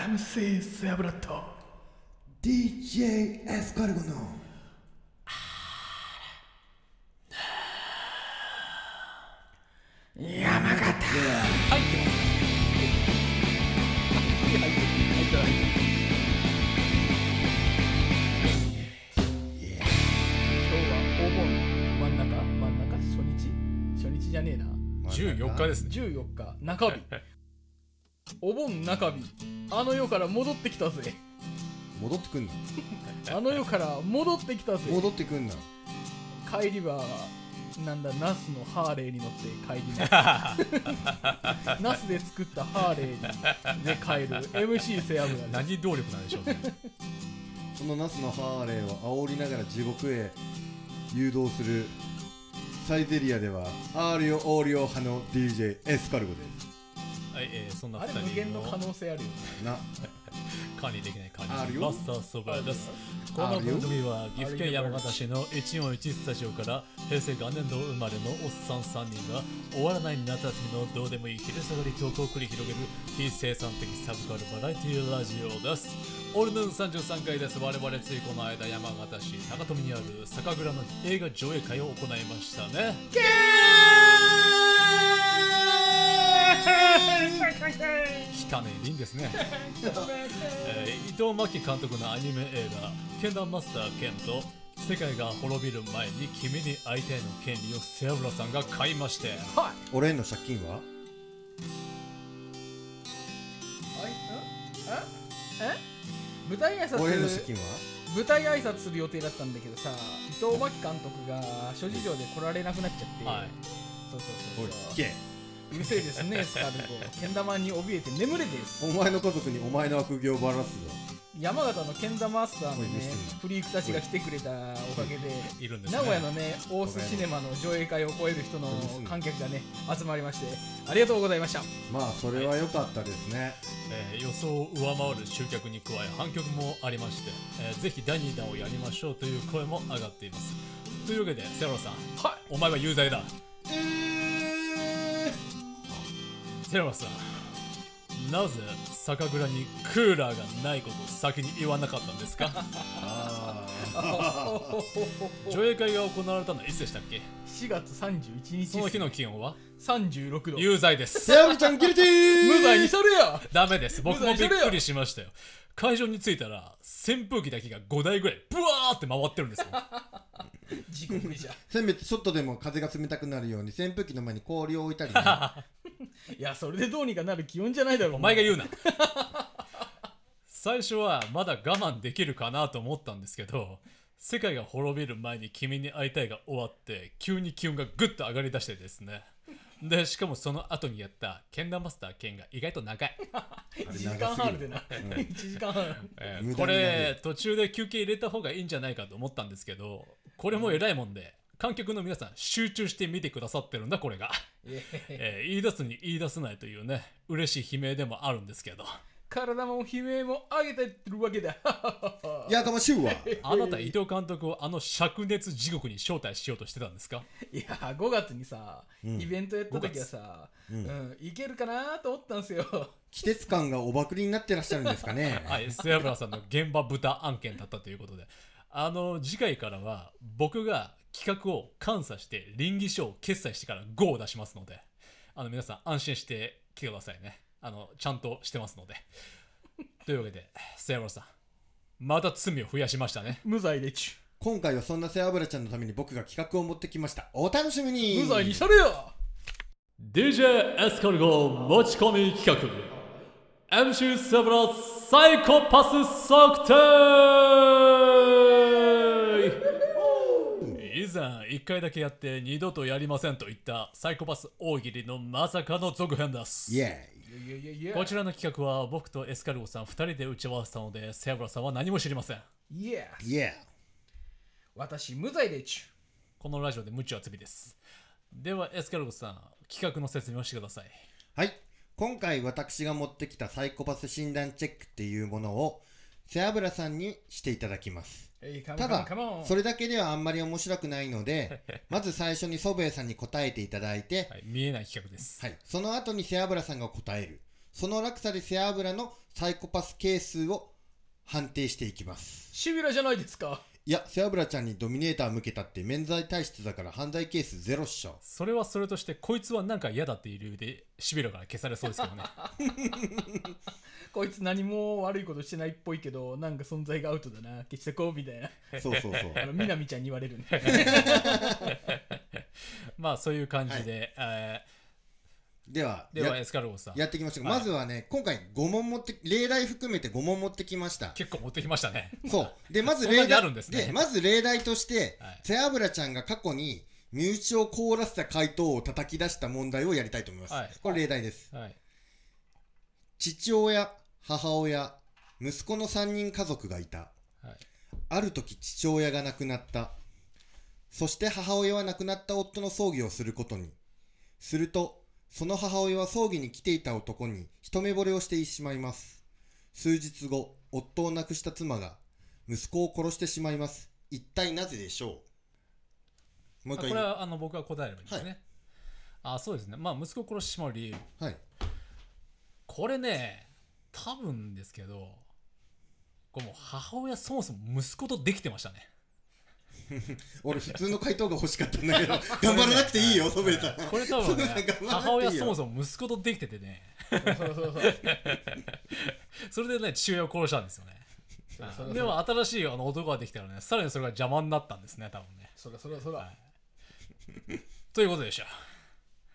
MC セアブラット DJ エスカルゴの山形。 入ってます今日はお盆真ん中初日じゃねえな 14日ですね。 14日中日お盆中日あの世から戻ってきたぜ戻ってくんなあの世から戻ってきたぜ戻ってくんな帰りはなんだナスのハーレーに乗って帰りますナスで作ったハーレーで帰る MC セアブラです何動力なんでしょうね。 そのナスのハーレーを煽りながら地獄へ誘導するサイゼリアではアーリオオーリオ派の DJ エスカルゴですはい、そんなあれ 2人無限の可の能性あるよねな管理できない感あるよじマスターソバーです。このあるよ番組は岐阜県山形市の141スタジオから平成元年度生まれのおっさん3人が終わらない夏休みのどうでもいい昼下がりトークを繰り広げる非生産的サブカルバラエティラジオです。オルヌン33回です。我々ついこの間山形市高富にある酒蔵の映画上映会を行いましたね。汚ねえリンですね。伊藤真希監督のアニメ映画「剣断マスター剣」と「世界が滅びる前に君に会いたい」の権利をセアブラさんが買いまして、 俺への借金は舞台挨俺への借拶金は舞台挨拶する予定だったんだけどさ伊藤真希監督が諸事情で来られなくなっちゃって、 はい、 そうおいそう聞けうるせえですねスカルゴけん玉に怯えて眠れですお前の家族にお前の悪行をばらすぞ山形のけん玉マスターのねおい見せてみフリークたちが来てくれたおかげでいるんですね。 名古屋のね大須シネマの上映会を超える人の観客がね集まりましてありがとうございました。 まあそれは良かったですね予想を上回る集客に加え反響もありまして、ぜひ第2弾をやりましょうという声も上がっています。というわけでセアブラさん、 はいお前は有罪だ。セアブラさん、なぜ酒蔵にクーラーがないことを先に言わなかったんですか？上映会が行われたのはいつでしたっけ 4月31日その日の気温は 36度有罪です。 セアブちゃんギルティー無罪にされやダメです。僕もびっ無罪にされよくりしましたよ。会場に着いたら扇風機だけが5台ぐらいブワーって回ってるんですよ。 地獄じゃせめてちょっとでも風が冷たくなるように扇風機の前に氷を置いたりねいやそれでどうにかなる気温じゃないだろうお前が言うな。最初はまだ我慢できるかなと思ったんですけど、世界が滅びる前に君に会いたいが終わって急に気温がぐっと上がりだしてですね。でしかもその後にやったけん玉マスター剣が意外と長い。 1時間半あるでな1時間半これ途中で休憩入れた方がいいんじゃないかと思ったんですけど、これも偉いもんで観客の皆さん集中して見てくださってるんだこれが。言い出すに言い出せないというね嬉しい悲鳴でもあるんですけど、 体も悲鳴も上げてってるわけだやかましゅうわあなた伊藤監督をあの灼熱地獄に招待しようとしてたんですか？ いや5月にさ、イベントやった時はさ、いけるかなと思ったんすよ季節感がおばくりになってらっしゃるんですかねはい、セアブラさんの現場豚案件だったということで、次回からは僕が企画を監査して稟議書を決裁してから GO を出しますので、皆さん安心して来てくださいね。ちゃんとしてますので。というわけでセアブラさん、また罪を増やしましたね。 無罪でちゅ今回はそんなセアブラちゃんのために僕が企画を持ってきました。お楽しみに。 無罪にされや DJ エスカルゴ持ち込み企画 MC セアブラサイコパス測定。以前1回だけやって二度とやりませんと言ったサイコパス大喜利のまさかの続編です。 イエこちらの企画は僕とエスカルゴさん2人で打ち合わせたので、セアブラさんは何も知りません。 イエーイイエ私無罪でちゅこのラジオで無知は罪です。ではエスカルゴさん、企画の説明をしてください。 ーはい。今回私が持ってきたサイコパス診断チェックっていうものをセアブラさんにしていただきます。ただそれだけではあんまり面白くないのでまず最初に祖父江さんに答えていただいて、 はい、見えない企画です。 はい、その後にセアブラさんが答える。 その落差で背脂のサイコパス係数を判定していきます。 シビラじゃないですか。 いや、背脂ちゃんにドミネーター向けたって免罪体質だから犯罪係数ゼロっしょ。 それはそれとして、こいつはなんか嫌だっていう理由でシビラから消されそうですけどね。 こいつ何も悪いことしてないっぽいけど、なんか存在がアウトだな、消してこうみたいな。 そうそうそう。 みなみちゃんに言われるね。 まあそういう感じで、 ではエスカルゴさんやっていきましょう。まずはね、今回5問例題含めて5問持ってきました。 結構持ってきましたね。 そうで、まず例題あるんですね。 でまず例題として、背脂ちゃんが過去に身内を凍らせた回答を叩き出した問題をやりたいと思います。これ例題です。父親、母親、息子の3人家族がいた。ある時父親が亡くなった。そして母親は亡くなった夫の葬儀をすることに。するとその母親は葬儀に来ていた男に一目惚れをしてしまいます。数日後、夫を亡くした妻が息子を殺してしまいます。一体なぜでしょう。もう一回。 これは僕が答えればいいですね。そうですね。まあ息子を殺してしまう理由。これね、多分ですけど、これもう母親そもそも息子とできてましたね。 俺普通の回答が欲しかったんだけど頑張らなくていいよ、ソベさん。 これ多分ね、母親そもそも息子とできててね。それでね、父親を殺したんですよね。でも新しい男ができたらね、さらにそれが邪魔になったんですね、多分ね。 そらということでした。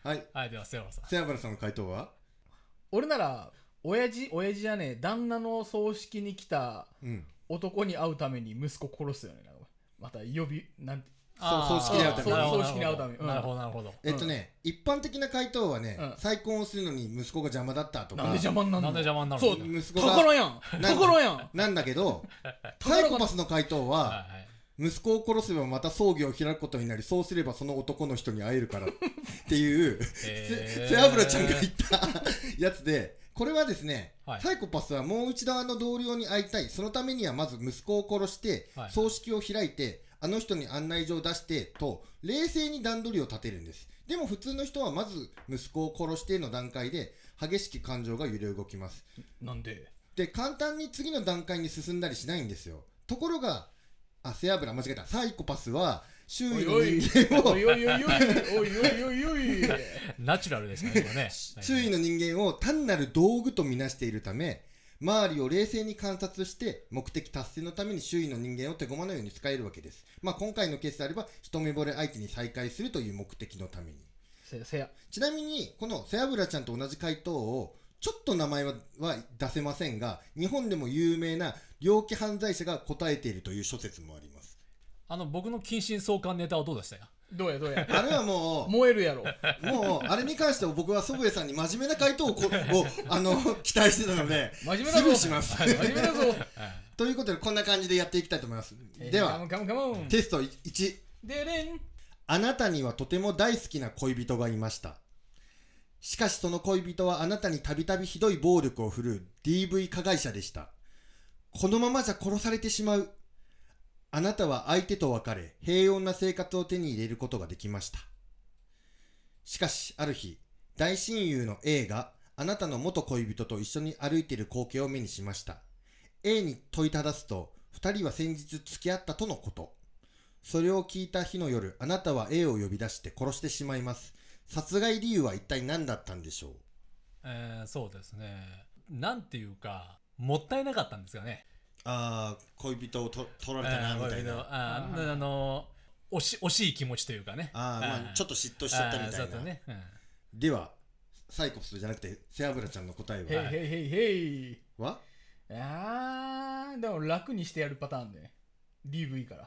はい。 では、瀬原さん。 瀬原さんの回答は？ 俺なら親父じゃねえ、旦那の葬式に来た男に会うために息子殺すよね。またなんて葬式に会うために。 葬式に会うために。 なるほどなるほど。 一般的な回答はね、再婚をするのに息子が邪魔だったとか。 なんで邪魔になるの？ そう、 息子が宝やんなんだけど、サイコパスの回答は息子を殺せばまた葬儀を開くことになり、そうすればその男の人に会えるからっていう背脂ちゃんが言ったやつで、これはですね、サイコパスはもう一度同僚に会いたい、そのためにはまず息子を殺して葬式を開いて、あの人に案内状を出してと冷静に段取りを立てるんです。でも普通の人はまず息子を殺しての段階で激しき感情が揺れ動きます。 なんで簡単に次の段階に進んだりしないんですよ。ところが背脂間違えた。サイコパスは周囲の人間をナチュラルですね、 周囲の人間を単なる道具とみなしているため、周りを冷静に観察して目的達成のために周囲の人間を手駒のように使えるわけです。今回のケースであれば一目惚れ相手に再会するという目的のために。ちなみにこの背脂ちゃんと同じ回答をちょっと名前は出せませんが、日本でも有名な猟奇犯罪者が答えているという諸説もあります。 僕の近親相関ネタはどうでしたよ。 どうやあれはもう燃えるやろ。 もうあれに関しては僕は祖父江さんに真面目な回答を期待してたので真面目だぞ、 スルーします。 真面目だぞということでこんな感じでやっていきたいと思います。ではテスト1。あなたにはとても大好きな恋人がいました。しかしその恋人はあなたにたびたびひどい暴力を振るう DV 加害者でした。このままじゃ殺されてしまう。あなたは相手と別れ、平穏な生活を手に入れることができました。しかし、ある日、大親友の A があなたの元恋人と一緒に歩いている光景を目にしました。A に問いただすと、二人は先日付き合ったとのこと。それを聞いた日の夜、あなたは A を呼び出して殺してしまいます。殺害理由は一体何だったんでしょう？ そうですね。なんていうか、もったいなかったんですよね。 恋人を取られたなみたいな、 惜しい気持ちというかね。 ちょっと嫉妬しちゃったみたいな。ではサイコパスじゃなくて背脂ちゃんの答えはでも楽にしてやるパターンで DV から。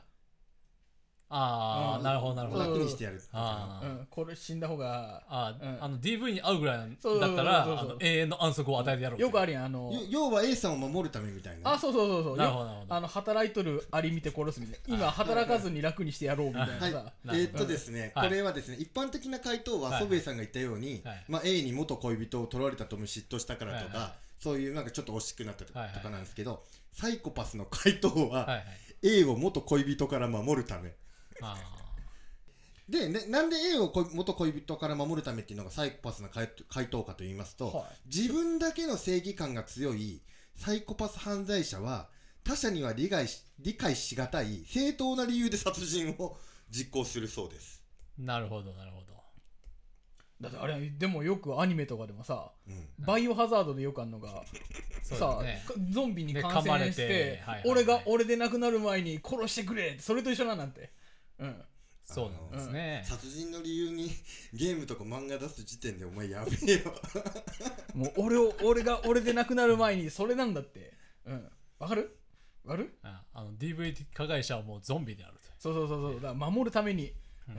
なるほどなるほど。 楽にしてやる。 これ死んだ方が DV に合うぐらいだったら永遠の安息を与えてやろう。 よくあるやん。 要は A さんを守るためみたいな。 そう働いとるアリ見て殺すみたいな。今働かずに楽にしてやろうみたいなさ。 ですね、これはですね、一般的な回答は祖父江さんが言ったように A に元恋人を取られたとも嫉妬したからとか、そういうなんかちょっと惜しくなったとかなんですけど、サイコパスの回答は A を元恋人から守るため。 で、ね、なんで A を元恋人から守るためっていうのがサイコパスな回答かと言いますと、はい、自分だけの正義感が強いサイコパス犯罪者は他者には理解しがたい正当な理由で殺人を実行するそうです。 なるほどなるほど。 だってあれでもよくアニメとかでもさ、バイオハザードでよくあるのがさ、ゾンビに感染して、俺で亡くなる前に殺してくれ、それと一緒なんて。 そうなんですね。 殺人の理由にゲームとか漫画出す時点でお前やべえよ。 もう俺で亡くなる前にそれなんだって。わかる ？DV 加害者はもうゾンビであると。そうだから守るために。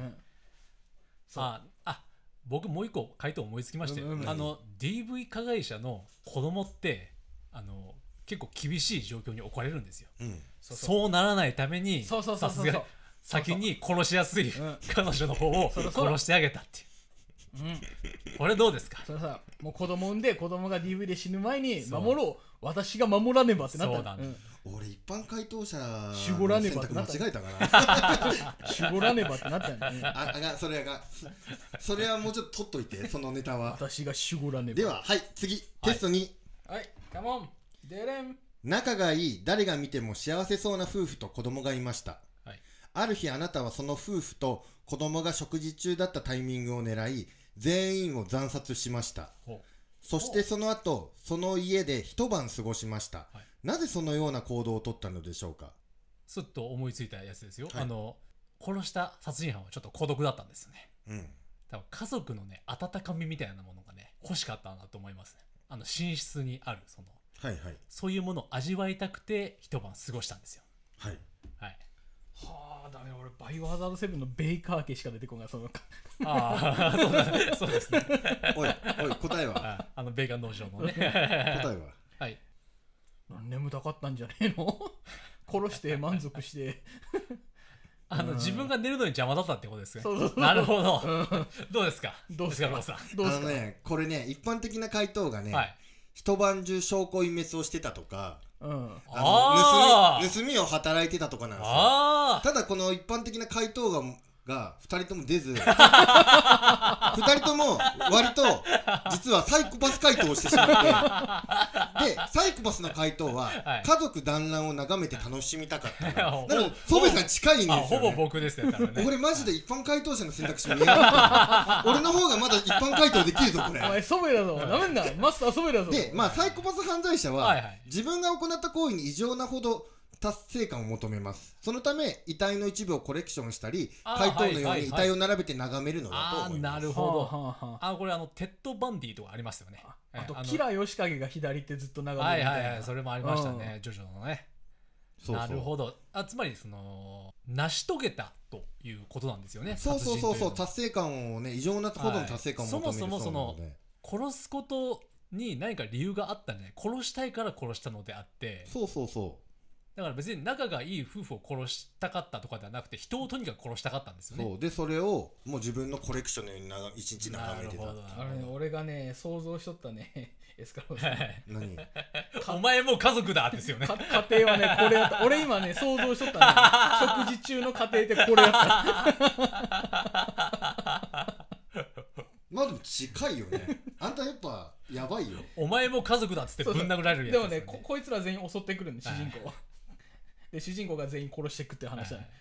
僕もう一個回答思いつきましたよ。DV 加害者の子供って結構厳しい状況に置かれるんですよ。そうならないためにさすがに先に殺しやすい彼女の方を殺してあげたっていう。これどうですか？ それさ、もう子供産んで子供が DV で死ぬ前に守ろう、私が守らねばってなった。そうだね。 俺一般回答者の選択間違えたかな。守らねばってなったよね。 それはもうちょっと取っといて、そのネタは。 私が守らねば。 では、はい、次、テスト2。 はい、カモン。でれん。 仲がいい、誰が見ても幸せそうな夫婦と子供がいました。ある日あなたはその夫婦と子供が食事中だったタイミングを狙い、全員を惨殺しました。そしてその後、その家で一晩過ごしました。なぜそのような行動を取ったのでしょうか？ すっと思いついたやつですよ。殺した殺人犯はちょっと孤独だったんですよね。多分家族のね、温かみみたいなものがね、欲しかったなと思いますね。寝室にあるそういうものを味わいたくて一晩過ごしたんですよ。 ダメ、俺バイオハザード7のベイカー家しか出てこない。そうですね。 おい答えはベーカー農場のね。答えははい。 眠たかったんじゃねえの？殺して満足して自分が寝るのに邪魔だったってことですね。なるほど。どうですかローさん。 これね、一般的な回答がね、一晩中証拠隠滅をしてたとか、盗みを働いてたとかなんですよ。ただこの一般的な回答が2人とも出ず2人とも割と実はサイコパス回答をしてしまってで、サイコパスの回答は家族団らんを眺めて楽しみたかっただからソベさん近いんですよね。 ほぼ僕ですね。 俺マジで一般回答者の選択肢も見えなかった俺の方がまだ一般回答できるぞこれ。 お前ソベだぞ、ダメだ、マスターソベだぞ。 で、サイコパス犯罪者は自分が行った行為に異常なほど達成感を求めます。そのため遺体の一部をコレクションしたり、回答のように遺体を並べて眺めるのだと思います。 なるほど。これテッド・バンディとかありますよね。 あとキラヨシカゲが左手ずっと眺めるみたいな。 それもありましたね、ジョジョのね。なるほど。つまり成し遂げたということなんですよね。 そう達成感をね、異常なほどの達成感を求める。 そもそも殺すことに何か理由があったんじゃない、殺したいから殺したのであって。だから別に仲がいい夫婦を殺したかったとかではなくて、人をとにかく殺したかったんですよね。 それをもう自分のコレクションのように一日眺めてた。 俺がね、想像しとったね、エスカローさん。 何？ お前も家族だですよね。 家庭はね、これやった。俺今ね、想像しとったね。食事中の家庭でこれやった。 まあでも近いよね。あんたやっぱやばいよ。 お前も家族だっつってぶん殴られるやつでもね、こいつら全員襲ってくるんで、主人公は。で主人公が全員殺していくって話だね。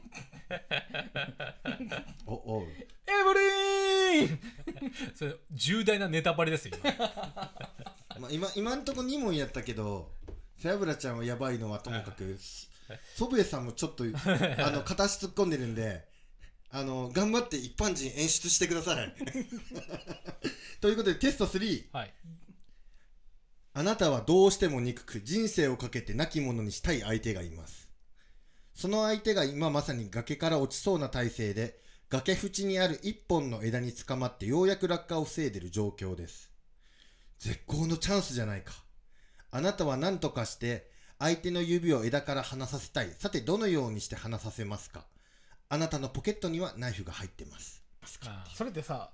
エブリーンそれ重大なネタバレですよ。 今んとこ2問やったけど、背脂ちゃんはやばいのはともかく、祖父江さんもちょっと片足突っ込んでるんで、頑張って一般人演出してください。ということでテスト3、あなたはどうしても憎く人生をかけて亡き者にしたい相手がいます。その相手が今まさに崖から落ちそうな体勢で、崖縁にある一本の枝につかまってようやく落下を防いでいる状況です。絶好のチャンスじゃないか。あなたは何とかして相手の指を枝から離させたい。さてどのようにして離させますか。あなたのポケットにはナイフが入ってます。 それってさ、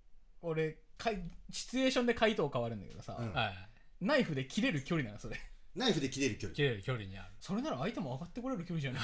俺シチュエーションで回答変わるんだけどさ、ナイフで切れる距離なのそれ。 ナイフで切れる距離。 切れる距離にある。 それなら相手も上がってこれる距離じゃない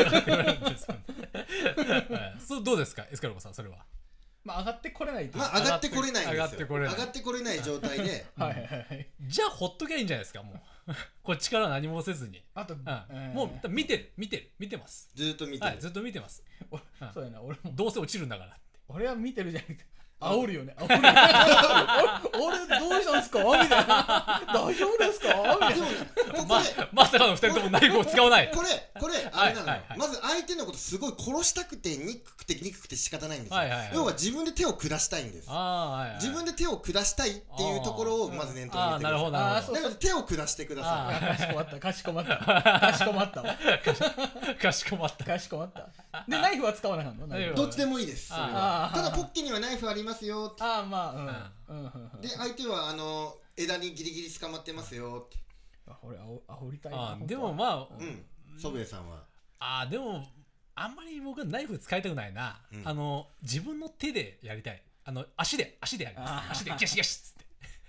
そう、どうですかエスカルゴさん、それは。 まあ上がってこれないと、 まあ上がってこれないんですよ。 上がってこれない、 上がってこれない状態ではいはいはい。 じゃあほっときゃいいんじゃないですか、もうこっちから何もせずに。 あと、 もう見てます。 ずっと見てる、 はい、ずっと見てます。 そうやな、俺もどうせ落ちるんだからって。 俺は見てるじゃなくて煽るよね。煽るよね。俺どうしたんですかみたいな。大丈夫ですかみたいな。 まさかの2人ともナイフを使わない。 これあれなのよ、まず相手のことすごい殺したくて憎くて仕方ないんですよ、要は自分で手を下したいんです。自分で手を下したいっていうところをまず念頭に入れてください。 なるほどなるほど。 だから手を下してください。かしこまったかしこまったかしこまったかしこまった。でナイフは使わなかったの？ どっちでもいいです。それはただポッケにはナイフありますよって。で相手は枝にギリギリ捕まってますよって。 俺煽りたいな。 でもまあ祖父江さんはでもあんまり僕はナイフ使いたくないな。自分の手でやりたい。足でやります。足でギャシギャシっつって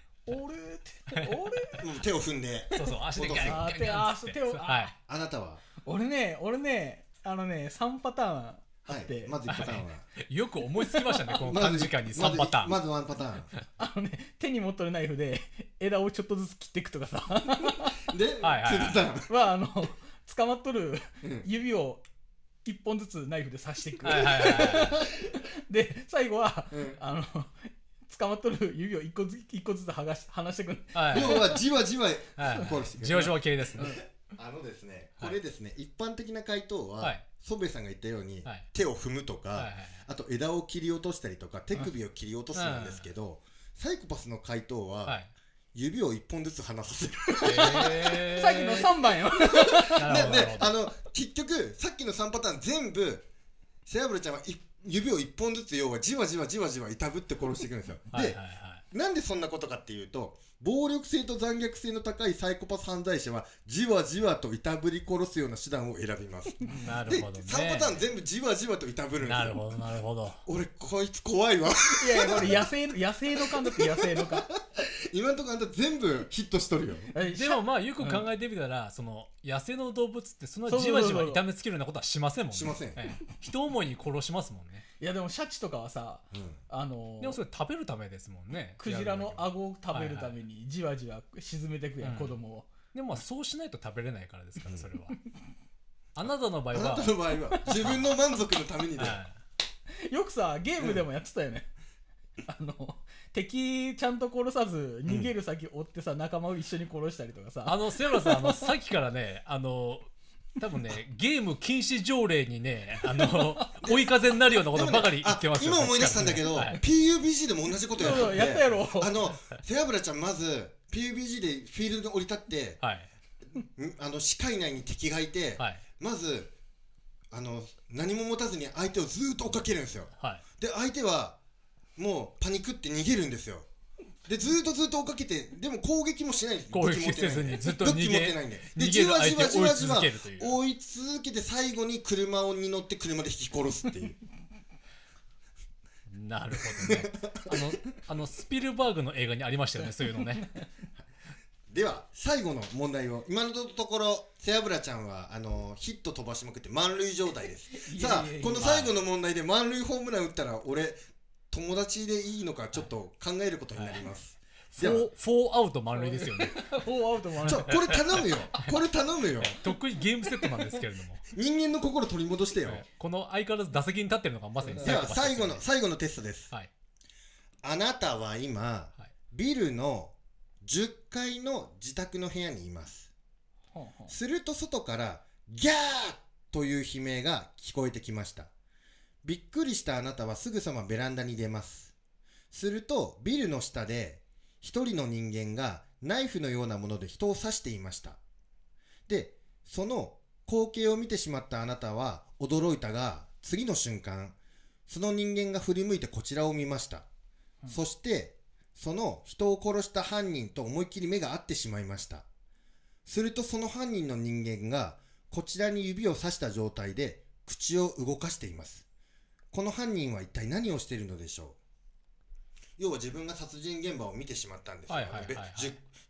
俺手を踏んでそう足でギャシギャシっつって。 あなたは？ 俺ね3パターンあって、 まず1パターンはよく思いつきましたね、この短時間に3パターン。 まず1パターン手に持ってるナイフで枝をちょっとずつ切っていくとかさで2パターンは捕まっとる指を1本ずつナイフで刺していくで最後は捕まっとる指を1個ずつ離していく。 要はじわじわじわじわ系ですね。 ですね、これですね、一般的な回答は祖父江さんが言ったように手を踏むとか、あと枝を切り落としたりとか手首を切り落とすなんですけど、サイコパスの回答は指を1本ずつ離させる。 さっきの3番よ。 結局さっきの3パターン全部背脂ちゃんは指を1本ずつ要はじわじわいたぶって殺していくんですよ。でなんでそんなことかっていうと、暴力性と残虐性の高いサイコパス犯罪者はじわじわといたぶり殺すような手段を選びます。 なるほどね。 で3パターン全部じわじわといたぶるんですよ。 なるほどなるほど。 俺こいつ怖いわ。 いやこれ野生の勘だって野生の勘。 今のところあんた全部ヒットしとるよ。 でもまあよく考えてみたら、その野生の動物ってそんなじわじわ痛めつけるようなことはしませんもんね。 しません。 人思いに殺しますもんね。 いやでもシャチとかはさ、 でもそれ食べるためですもんね。 クジラの顎を食べるためにじわじわ沈めていくやん、子供を。 でもまあそうしないと食べれないからですから、それは。あなたの場合は自分の満足のためにだよ。 よくさゲームでもやってたよね。敵ちゃんと殺さず逃げる先追ってさ、仲間を一緒に殺したりとかさ。 瀬村さんさっきからね多分ねゲーム禁止条例にね追い風になるようなことばかり言ってますよ。 今思い出したんだけど、PUBG でも同じことやってて、 やったやろ。 背脂ちゃんまず PUBG でフィールドに降り立って、視界内に敵がいて、まず何も持たずに相手をずっと追っかけるんですよ。で相手はもうパニックって逃げるんですよ。でずっと追っかけて、でも攻撃もしないんです。 攻撃せずにずっと逃げる相手を追い続けるという。 追い続けて最後に車に乗って車で引き殺すっていう。 なるほどね。スピルバーグの映画にありましたよね、そういうのね。 では最後の問題を、今のところ背脂ちゃんはヒット飛ばしまくって満塁状態です。さあこの最後の問題で満塁ホームラン打ったら俺友達でいいのかちょっと考えることになります。 4アウト満塁ですよね。 4アウト満塁。 これ頼むよ。 得意ゲームセットなんですけれども。 人間の心取り戻してよ。 この相変わらず打席に立ってるのがまさにサイコパスです。では最後のテストです。あなたは今ビルの10階の自宅の部屋にいます。すると外からギャーという悲鳴が聞こえてきました。びっくりしたあなたはすぐさまベランダに出ます。するとビルの下で一人の人間がナイフのようなもので人を刺していました。で、その光景を見てしまったあなたは驚いたが、次の瞬間その人間が振り向いてこちらを見ました。そしてその人を殺した犯人と思いっきり目が合ってしまいました。するとその犯人の人間がこちらに指を刺した状態で口を動かしています。この犯人は一体何をしているのでしょう。要は自分が殺人現場を見てしまったんですよ。10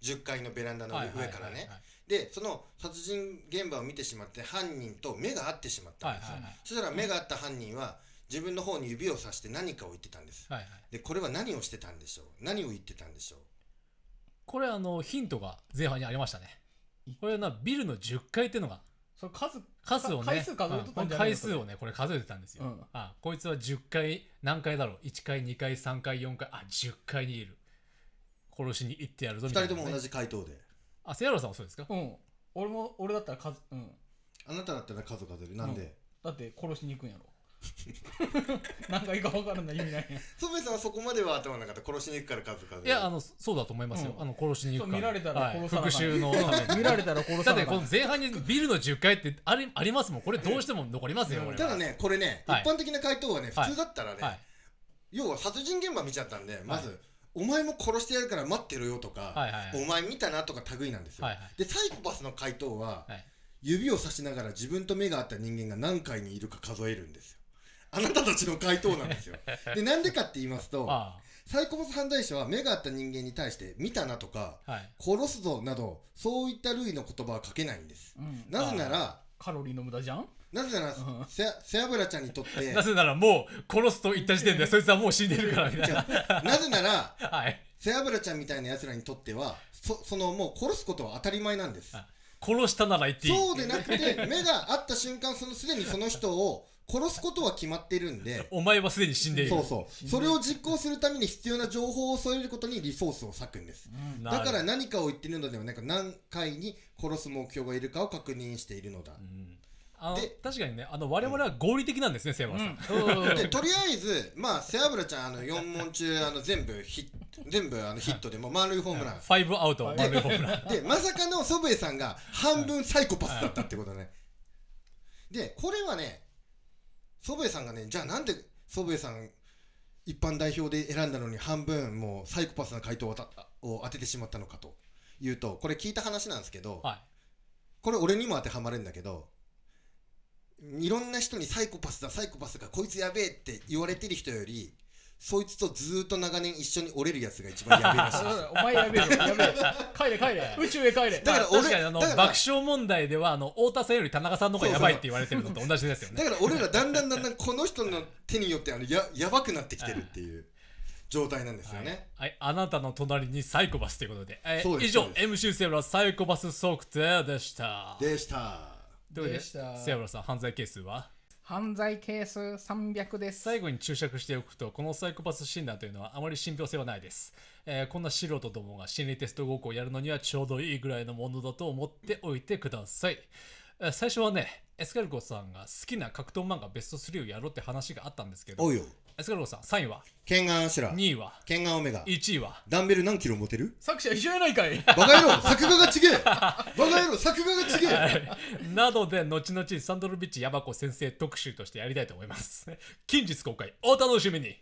10階のベランダの上からね。でその殺人現場を見てしまって犯人と目が合ってしまったんですよ。そしたら目が合った犯人は自分の方に指をさして何かを言ってたんです。でこれは何をしてたんでしょう。何を言ってたんでしょう。 これヒントが前半にありましたね。これビルの10階っていうのがそれ数をね、 回数数えてたんじゃないの。 回数をねこれ数えてたんですよ。こいつは10階何階だろう。1階2階3階4階10階にいる。殺しに行ってやるぞみたいな、ね。 2人とも同じ回答で。 セアロさんもそうですか。 俺だったら数。 あなただったら数数える。なんで、 だって殺しに行くんやろ。何回か分からない意味ない。 ソベさんはそこまでは頭の中で殺しに行くから数数える。 いやそうだと思いますよ。殺しに行くから。 見られたら殺さな復讐のために。 見られたら殺さなだってこの前半にビルの10階ってありますもん。これどうしても残りますよ。 ただねこれね、一般的な回答はね普通だったらね、要は殺人現場見ちゃったんでまず。お前も殺してやるから待ってろよとか、お前見たなとか類なんですよ。でサイコパスの回答は、指をさしながら自分と目が合った人間が何階にいるか数えるんですよ。あなたたちの回答なんですよ。でなんでかって言いますとサイコパス犯罪者は目が合った人間に対して見たなとか、殺すぞなどそういった類の言葉は書けないんです。なぜならカロリーの無駄じゃん。 なぜなら背脂ちゃんにとってなぜならもう殺すと言った時点でそいつはもう死んでるからみたいな。 なぜなら背脂ちゃんみたいな奴らにとってはそのもう殺すことは当たり前なんです。 殺したなら言っていい。 そうでなくて目が合った瞬間すでにその人を殺すことは決まっているんでお前はすでに死んでいる。 それを実行するために必要な情報を添えることにリソースを割くんです。だから何かを言っているのではなく何回に殺す目標がいるかを確認しているのだ。 確かにね我々は合理的なんですね、セイバーさん。でとりあえず背脂ちゃん4問中全部ヒットでも満塁ホームラン 5アウト満塁ホームランでまさかの祖父江さんが半分サイコパスだったってことね。でこれはね祖父江さんがねじゃあなんで祖父江さん一般代表で選んだのに半分もうサイコパスな回答を当ててしまったのかというとこれ聞いた話なんですけど、これ俺にも当てはまるんだけどいろんな人にサイコパスだこいつやべえって言われてる人よりそいつとずーっと長年一緒に折れるやつが一番やべえらしいです。 お前やべえよやべえ帰れ宇宙へ帰れ。 だから確かに爆笑問題では太田さんより田中さんの方がやばいって言われてるのと同じですよね。 だから俺らだんだんこの人の手によってやばくなってきてるっていう状態なんですよね。 あなたの隣にサイコパスということで、以上 MC セブラサイコパス測定でした。ということでセブラさん犯罪係数は犯罪係数300です。 最後に注釈しておくとこのサイコパス診断というのはあまり信憑性はないです。こんな素人どもが心理テストごっこをやるのにはちょうどいいぐらいのものだと思っておいてください。最初はねエスカルゴさんが好きな格闘漫画ベスト3をやろうって話があったんですけど、エスカルゴさん3位はケンガンアシュラ、 2位はケンガンオメガ、 1位はダンベル何キロ持てる。 作者一緒やないかい。 バカ野郎作画がちげえバカ野郎作画がちげえなどで後々サンドロビッチヤバコ先生特集としてやりたいと思います。近日公開お楽しみに。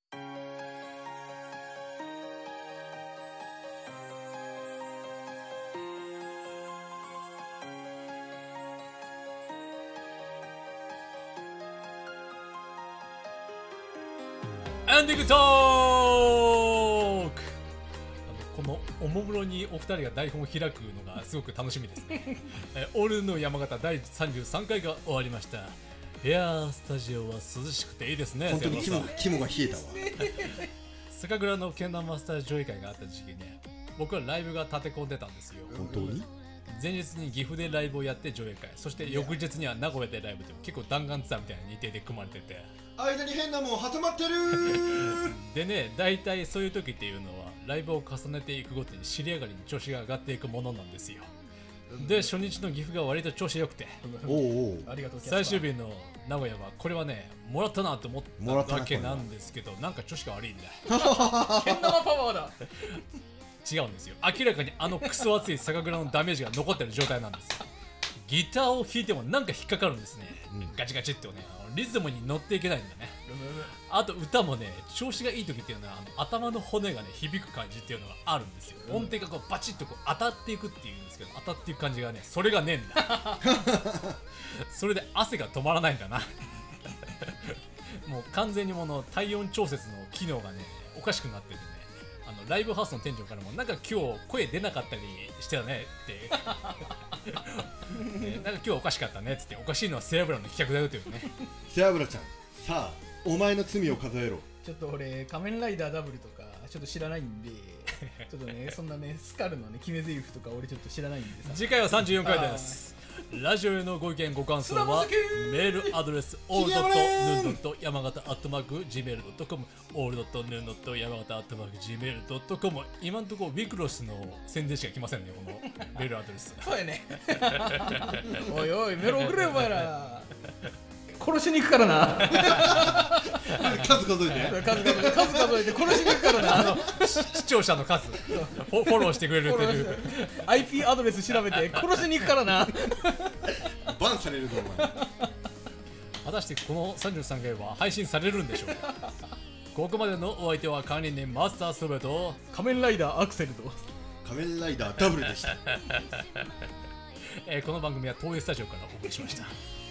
エンディングトーク。このおもむろにお二人が台本を開くのがすごく楽しみですね。オールの山形第33回が終わりました。いやースタジオは涼しくていいですね。 本当に肝が冷えたわ。 酒蔵のけん玉マスター上映会があった時期ね僕はライブが立て込んでたんですよ。 本当に前日に岐阜でライブをやって上映会、そして翌日には名古屋でライブで結構弾丸ツアーみたいな日程で組まれてて間に変なもん挟まってるでね大体そういう時っていうのはライブを重ねていくごとに尻上がりに調子が上がっていくものなんですよ。で初日の岐阜が割と調子良くて最終日の名古屋はこれはねもらったなと思っただけなんですけどなんか調子が悪いんだ。 けん玉パワーだ。 違うんですよ。明らかにクソ熱い酒蔵のダメージが残ってる状態なんですよ。ギターを弾いてもなんか引っかかるんですね、ガチガチってねリズムに乗っていけないんだね。あと歌もね調子がいい時っていうのは頭の骨がね響く感じっていうのがあるんですよ。音程がこうバチッとこう当たっていくっていうんですけど当たっていく感じがねそれがねえんだ。それで汗が止まらないんだな。もう完全に体温調節の機能がねおかしくなっててねライブハウスの店長からもなんか今日声出なかったりしてたねってなんか今日おかしかったねっつって、おかしいのは背脂の企画だよというね。 背脂ちゃん、さあお前の罪を数えろ。 ちょっと俺仮面ライダーダブルとかちょっと知らないんでちょっとねそんなねスカルのね決め台詞とか俺ちょっと知らないんでさ。 次回は34回です。ラジオへのご意見ご感想はメールアドレス all.noon.yamagata@gmail.com all.noon.yamagata@gmail.com。 今のところビクロスの宣伝しか来ませんね、このメールアドレス。 そうやねおいおいメロ送れよお前ら殺しに行くからな数数えて数数えて殺しに行くからな視聴者の数フォローしてくれるっていう IP アドレス調べて殺しに行くからなバンされるぞお前。 果たしてこの33回は配信されるんでしょうか。ここまでのお相手は管理人マスターストレート、 仮面ライダーアクセルと仮面ライダーダブルでしたこの番組は東映スタジオからお送りしました。